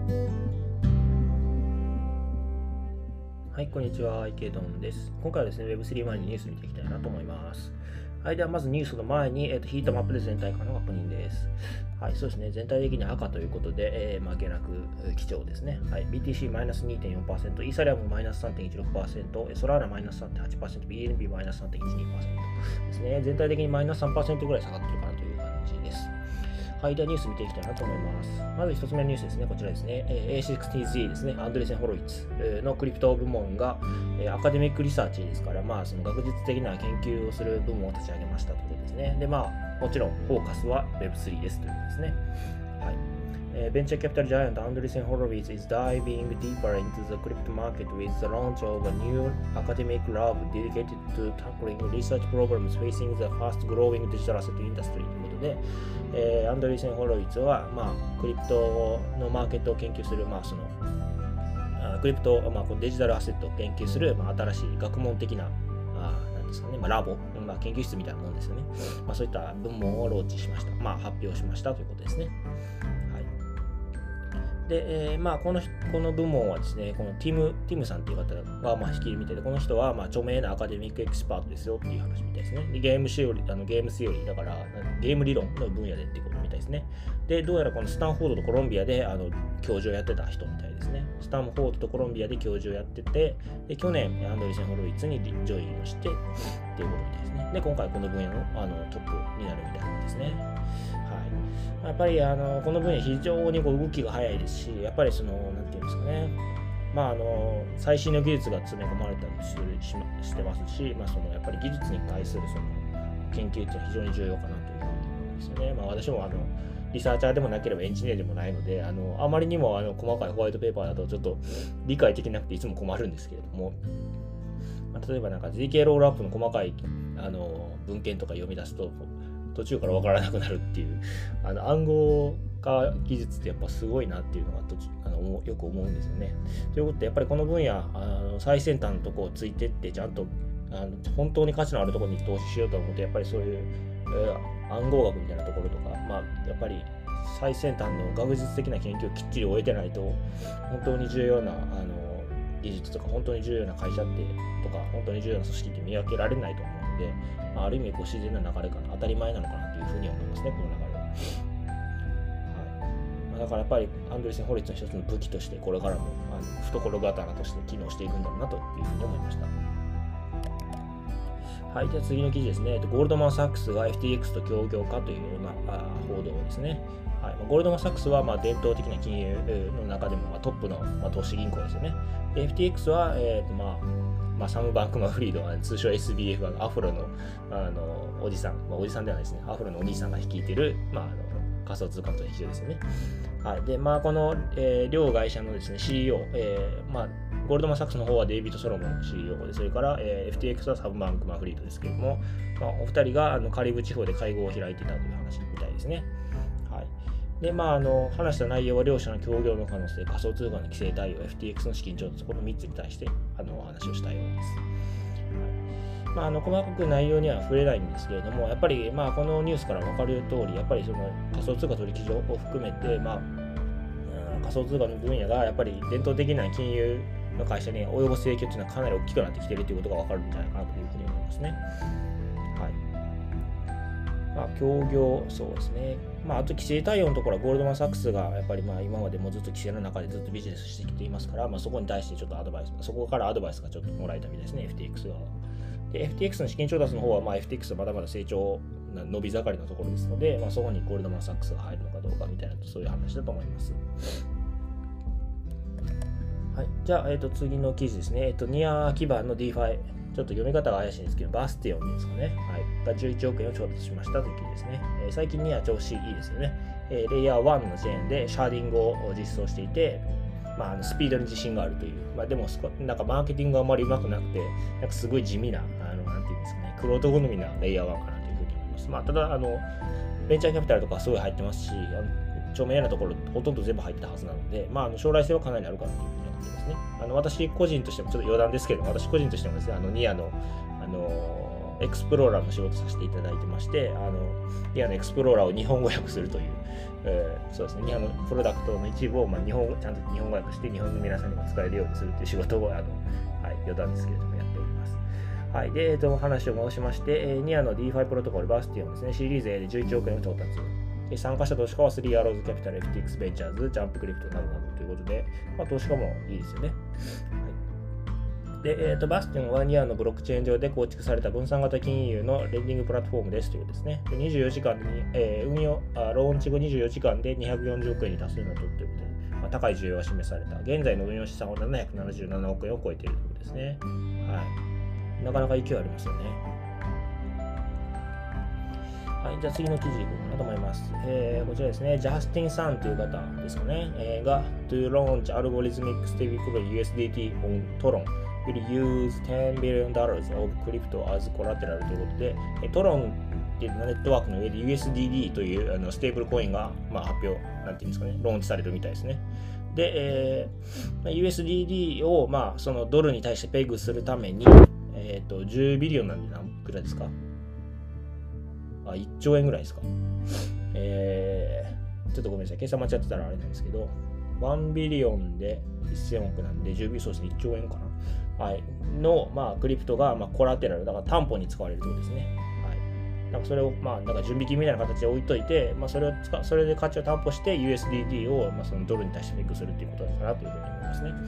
はい、こんにちは、池ドンです。今回はですね、Web3 前にニュース見ていきたいなと思います。はい、ではまずニュースの前に、ヒートマップで全体化の確認です。はい、そうですね、全体的に赤ということで、下落基調ですね。はい、BTC-2.4%、イーサリアム -3.16%、ソラーナ -3.8%、BNB -3.12% ですね。全体的に -3% ぐらい下がってるかなという感じです。はい、ではニュース見ていきたいなと思います。まず1つ目のニュースですね、こちらですね。A60Z ですね、アンドレセン・ホロイツのクリプト部門がアカデミックリサーチですから、その学術的な研究をする部門を立ち上げましたということですね。で、もちろんフォーカスは Web3 ですということですね。はい。Venture capital giant Andreessen Horowitz is diving deeper into the crypto market with the launch of a new academic lab dedicated to tackling research problems facing the fast-growing digital asset industry ということで、アンドリーセン・ホロイツは、クリプトのマーケットを研究する、クリプト、デジタルアセットを研究する、新しい学問的な、なんですかね、ラボ、研究室みたいなものですよね。そういった部門をローンチしました。発表しましたということですね。で、この部門はですね、このティムさんという方が率いるみたいで、この人は著名なアカデミックエキスパートですよっていう話みたいですね。でゲームセオリーだからゲーム理論の分野でっていうことみたいですね。で、どうやらこのスタンフォードとコロンビアで教授をやってた人みたいですね。スタンフォードとコロンビアで教授をやってて、で去年アンドリーセン・ホロイツにジョインをしてっていうことみたいですね。で、今回この分野のトップになるみたいなんですね。やっぱりこの分野非常に動きが早いですし、やっぱりなんていうんですかね、最新の技術が詰め込まれたりしてますし、やっぱり技術に対する研究っていうのは非常に重要かなというふうに思うんですよね。私もリサーチャーでもなければエンジニアでもないので、あまりにも細かいホワイトペーパーだとちょっと理解できなくていつも困るんですけれども、例えばZK ロールアップの細かい文献とか読み出すと途中から分からなくなるっていう暗号化技術ってやっぱすごいなっていうのがよく思うんですよね。ということでやっぱりこの分野最先端のところをついてってちゃんと本当に価値のあるところに投資しようと思うとやっぱりそういう、暗号学みたいなところとか、やっぱり最先端の学術的な研究をきっちり終えてないと本当に重要な技術とか本当に重要な会社ってとか本当に重要な組織って見分けられないと思うので、ある意味自然な流れかな、当たり前なのかなというふうに思いますね、この流れは。だからやっぱりアンドレセン・ホリッツの一つの武器としてこれからも懐刀として機能していくんだろうなというふうに思いました。はい、では次の記事ですね。ゴールドマン・サックスが FTX と協業かという報道ですね。はい、ゴールドマン・サックスは伝統的な金融の中でもトップの投資銀行ですよね。で FTX は、サム・バンクマン・フリード、通称 SBF アフロの、おじさん、おじさんではないですね、アフロのお兄さんが率いている、仮想通貨の取引所ですよね。はい、で、この、両会社のですね、CEO、ゴールドマン・サックスの方はデイビッド・ソロモン CEO で、それから、FTX はサム・バンクマン・フリードですけれども、お二人がカリブ地方で会合を開いていたという話みたいですね。はい。で、話した内容は両者の協業の可能性、仮想通貨の規制対応、FTX の資金調達、この3つに対してお話をしたようです。はい、細かく内容には触れないんですけれども、やっぱりこのニュースから分かる通り、やっぱりその仮想通貨取引所を含めて、仮想通貨の分野がやっぱり伝統的な金融の会社に及ぼす影響というのはかなり大きくなってきているということが分かるんじゃないかなというふうに思いますね。はい。協業、そうですね。あと規制対応のところはゴールドマン・サックスがやっぱり今までもずっと規制の中でずっとビジネスしてきていますから、そこに対してちょっとそこからアドバイスがちょっともらえたみたいですね、FTX 側は。で、FTX の資金調達の方は、FTX はまだまだ成長伸び盛りのところですので、そこにゴールドマン・サックスが入るのかどうかみたいな、そういう話だと思います。はい、じゃあ、次の記事ですね。ニア基盤の DeFi、ちょっと読み方が怪しいんですけど、バスティオンですかね。はい。が11億円を調達しましたという記事ですね。最近ニア調子いいですよね。レイヤー1のチェーンでシャーディングを実装していて、スピードに自信があるという。でも、マーケティングがあまりうまくなくて、すごい地味な、なんていうんですかね、クロート好みなレイヤー1かなというふうに思います。ただ、ベンチャーキャピタルとかすごい入ってますし、著名なところほとんど全部入ってたはずなので、将来性はかなりあるかなというふうに思ってますね。私個人としても、ちょっと余談ですけど、私個人としてもですね、ニアの、 エクスプローラーの仕事させていただいてまして、ニアのエクスプローラーを日本語訳するという、そうですね、ニアのプロダクトの一部を、ちゃんと日本語訳して日本の皆さんにも使えるようにするという仕事を余談ですけれどもやっております。はい、で、話を戻しまして、ニアの DeFi プロトコルバスティオンですね、シリーズ A で11億円を到達。参加した投資家は3アローズキャピタル、FTX ベンチャーズ、ジャンプクリプトなどなどということで、投資家もいいですよね。はい、で、バスティオンはニアのブロックチェーン上で構築された分散型金融のレンディングプラットフォームですということですね。で24時間に、ローンチ後24時間で240億円に達するなどということで、高い需要が示された。現在の運用資産は777億円を超えているということですね。はい。なかなか勢いありますよね。はい、じゃあ次の記事いこうかなと思います。こちらですね、ジャスティン・サンという方ですかね、が To launch algorithmic stablecoin USDT on Tron will use $10 billion of crypto as collateral ということで、トロンっていうネットワークの上で USDD というステーブルコインが、発表、なんていうんですかね、ローンチされるみたいですね。で、USDD を、そのドルに対してペグするために、10ビリオンなんで何くらいですか？1兆円ぐらいですか。ちょっとごめんなさい。計算間違ってたらあれなんですけど、1ビリオンで1000億なんで、10ビリオン、そうですね、1兆円かな。はい。の、クリプトが、コラテラル、だから担保に使われるということですね。はい。なんかそれを、なんか準備金みたいな形で置いといて、それで価値を担保して、USDD を、そのドルに対してペックするっていうことなのかなというふうに思いますね。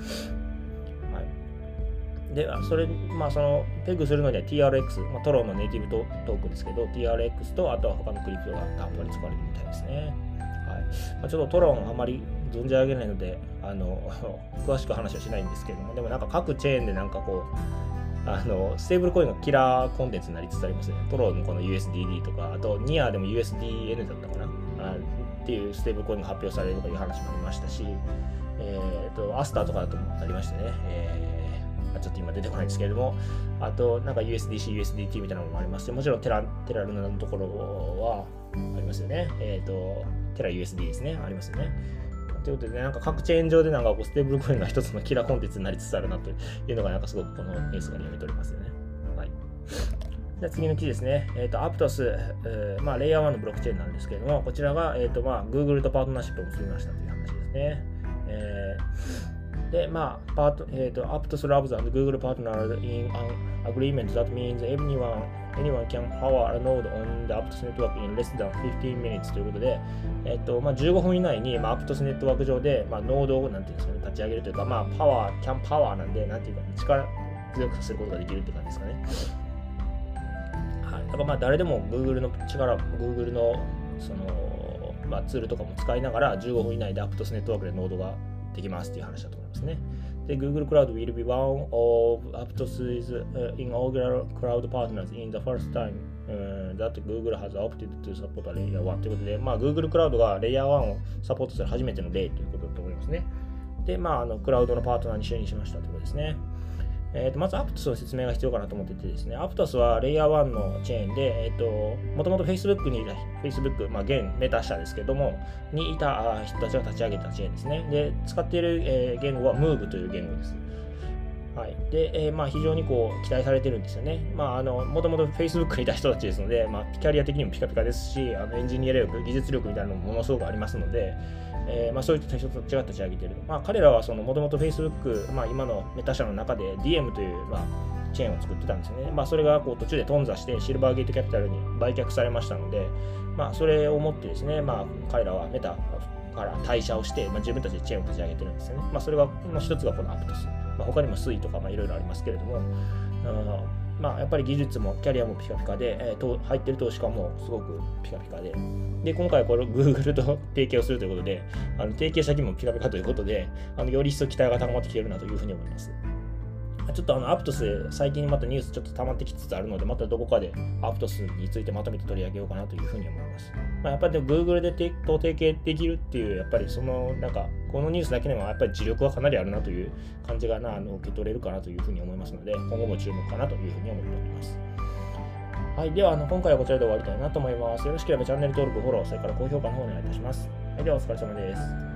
で、そのペグするのには TRX、トロンのネイティブトークンですけど、TRX とあとは他のクリプトが担保に使われるみたいですね。はい。ちょっとトロンあまり存じ上げないので、詳しく話はしないんですけども、でもなんか各チェーンでなんかこう、ステーブルコインのキラーコンテンツになりつつありますね。トロンのこの USDD とか、あとニアでも USDN だったかなっていうステーブルコインが発表されるという話もありましたし、アスターとかだとありましてね、ちょっと今出てこないんですけれども、あとなんか USDC、USDT みたいなのもありますし、もちろんテラルナのところはありますよね。テラ USD ですね。ありますよね。ということで、なんか各チェーン上でなんかステーブルコインが一つのキラーコンテンツになりつつあるなというのがなんかすごくこのニュースが読み取れますよね。はい。じゃあ次の記事ですね。アプトス、レイヤー1のブロックチェーンなんですけれども、こちらが、Google とパートナーシップを結びましたという話ですね。で、Aptos Labs and Google partnered in an agreement that means anyone can power a node on the Aptos network in less than 15 minutes ということで、15分以内に、Aptos ネットワーク上で、ノードをなんていうんですかね、立ち上げるというか、キャンパワーなんで、なんていうか、力強くさせることができるって感じですかね。はい。だから誰でも Google の力、Google のその、ツールとかも使いながら15分以内で Aptos ネットワークでノードができますっていう話だと思いますね。で、Google Cloud will be one of Aptos' inaugural cloud partners in the first time that Google has opted to support a Layer 1ということで、Google Cloud が Layer 1をサポートする初めての例ということだと思いますね。で、クラウドのパートナーに就任しましたということですね。まず Aptos の説明が必要かなと思っていてですね、Aptos は Layer 1のチェーンで、もともと Facebook にいた、Facebook、現メタ社ですけども、にいた人たちが立ち上げたチェーンですね。で、使っている言語は Move という言語です。はい。で、非常に期待されてるんですよね。もともと Facebook にいた人たちですので、キャリア的にもピカピカですし、エンジニア力、技術力みたいなのもものすごくありますので、そういった人たちが立ち上げている。彼らはもともと Facebook、今のメタ社の中で DM という、チェーンを作ってたんですよね。それが途中で頓挫してシルバーゲートキャピタルに売却されましたので、それをもってですね、彼らはメタから退社をして、自分たちでチェーンを立ち上げてるんですよね。それが一つがこの Aptos。他にもスイとかいろいろありますけれども、やっぱり技術もキャリアもピカピカで、入ってる投資家もすごくピカピカで、今回これ Google と提携をするということで、提携先もピカピカということで、より一層期待が高まってきているなというふうに思います。ちょっとAptos最近またニュースちょっと溜まってきつつあるので、またどこかでAptosについてまとめて取り上げようかなというふうに思います。やっぱりGoogle でと提携できるっていう、やっぱりこのニュースだけでもやっぱり磁力はかなりあるなという感じが受け取れるかなというふうに思いますので、今後も注目かなというふうに思っております。はい。では、今回はこちらで終わりたいなと思います。よろしければチャンネル登録、フォロー、それから高評価の方お願いいたします。はい。では、お疲れ様です。